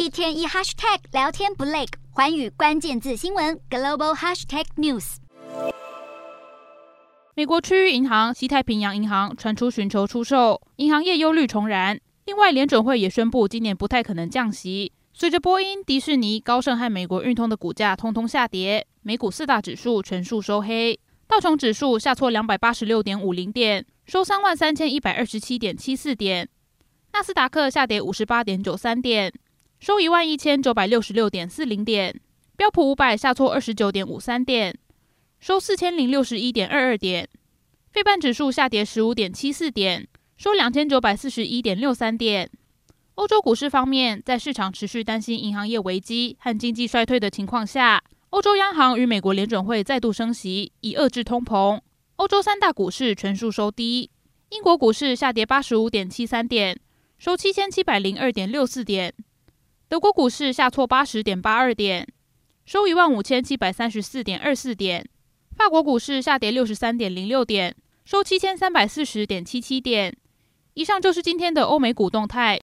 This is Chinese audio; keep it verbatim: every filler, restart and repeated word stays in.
一天一 hashtag 聊天不累，寰宇关键字新闻 global hashtag news。 美国区域银行西太平洋银行传出寻求出售，银行业忧虑重燃。另外，联准会也宣布今年不太可能降息。随着波音、迪士尼、高盛和美国运通的股价通通下跌，美股四大指数全数收黑。道琼指数下挫两百八十六点五零点，收三万三千一百二十七点七四点。纳斯达克下跌五十八点九三点，收一万一千九百六十六点四零点。标普五百下挫二十九点五三点，收四千零六十一点二二点。费半指数下跌十五点七四点，收两千九百四十一点六三点。欧洲股市方面，在市场持续担心银行业危机和经济衰退的情况下，欧洲央行与美国联准会再度升息，以遏制通膨。欧洲三大股市全数收低，英国股市下跌八十五点七三点，收七千七百零二点六四点。德国股市下挫八十点八二点，收一万五千七百三十四点二四点。法国股市下跌六十三点零六点，收七千三百四十点七七点。以上就是今天的欧美股动态。